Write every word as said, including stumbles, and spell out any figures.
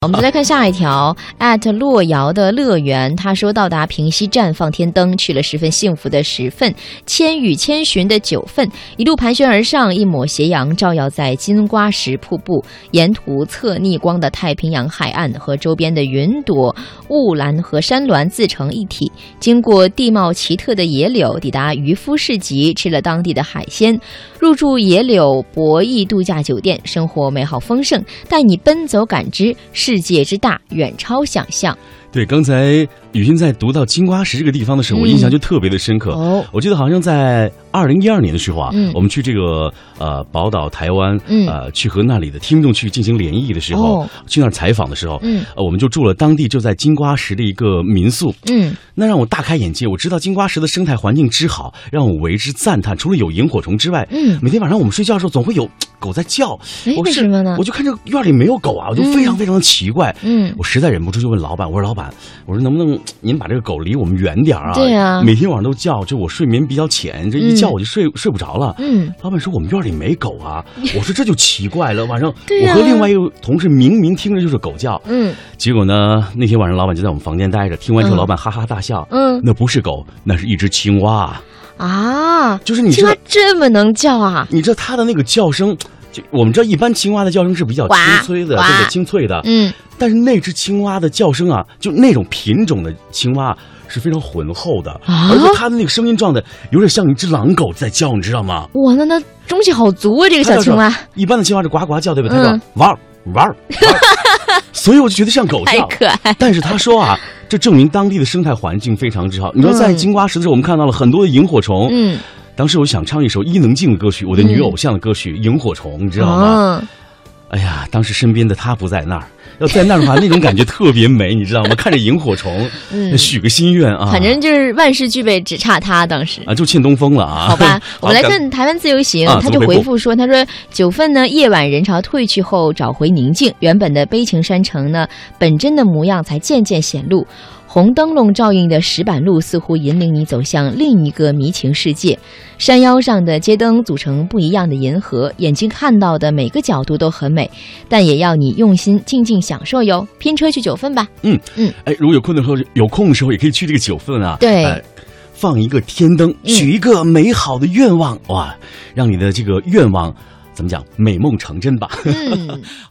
我们再来看下一条 at 洛瑶的乐园，他说到达平西站放天灯，去了十分幸福的十份，千与千寻的九份，一路盘旋而上，一抹斜阳照耀在金瓜石瀑布，沿途侧逆光的太平洋海岸和周边的云朵、雾岚和山峦自成一体。经过地貌奇特的野柳，抵达渔夫市集，吃了当地的海鲜，入住野柳博弈度假酒店，生活美好丰盛，带你奔走感知世界之大，远超想象。 对，刚才雨欣在读到金瓜石这个地方的时候，我印象就特别的深刻。 哦， 我记得好像在二零一二年的时候啊， 嗯、 我们去这个呃宝岛台湾， 嗯、 呃去和那里的听众去进行联谊的时候， 哦、 去那儿采访的时候， 嗯， 呃我们就住了当地就在金瓜石的一个民宿， 嗯， 那让我大开眼界。我知道金瓜石的生态环境之好，让我为之赞叹。除了有萤火虫之外， 嗯， 每天晚上我们睡觉的时候总会有狗在叫。 哎，为什么呢？ 我就看这院里没有狗啊，我就非常非常的奇怪。 嗯， 我实在忍不住就问老板，我说老板，我说能不能您把这个狗离我们远点啊？ 对啊， 每天晚上都叫，就我睡眠比较浅，这一叫我就睡、嗯、睡不着了。 嗯， 老板说我们院里没狗啊。我说这就奇怪了，晚上对、啊、 我和另外一个同事明明听着就是狗叫。 嗯， 结果呢，那天晚上老板就在我们房间待着，听完之后老板哈哈大笑。 嗯， 那不是狗，那是一只青蛙啊！ 就是你青蛙这么能叫啊？ 你知道它的那个叫声？就我们知道，一般青蛙的叫声是比较清脆的，对不对？清脆的。 嗯， 但是那只青蛙的叫声啊，就那种品种的青蛙是非常浑厚的， 啊、 而且它的那个声音状的有点像一只狼狗在叫，你知道吗？ 哇，那那中气好足啊！这个小青蛙， 一般的青蛙是呱呱叫，对不对？它叫嗯、 汪汪，所以我就觉得像狗叫， 太可爱。 但是他说啊，这证明当地的生态环境非常之好。你说在金瓜石的时候，我们看到了很多的萤火虫。 嗯。 当时我想唱一首伊能静的歌曲，我的女偶像的歌曲《萤火虫》，你知道吗？ 嗯、 哎呀，当时身边的她不在那儿，要在那儿的话，那种感觉特别美，你知道吗？看着萤火虫，嗯、许个心愿啊！ 反正就是万事俱备，只差他当时啊，就欠东风了啊！ 好吧，我们来看台湾自由行， 啊、 他就回复说：“他说九份呢，夜晚人潮退去后，找回宁静，原本的悲情山城呢，本真的模样才渐渐显露。”红灯笼照映的石板路似乎引领你走向另一个迷情世界，山腰上的街灯组成不一样的银河，眼睛看到的每个角度都很美，但也要你用心静静享受哟。拼车去九份吧。 嗯嗯，哎，如果有空的时候，有空的时候也可以去这个九份啊。 对。 呃放一个天灯，许一个美好的愿望，嗯、哇，让你的这个愿望怎么讲，美梦成真吧。 嗯。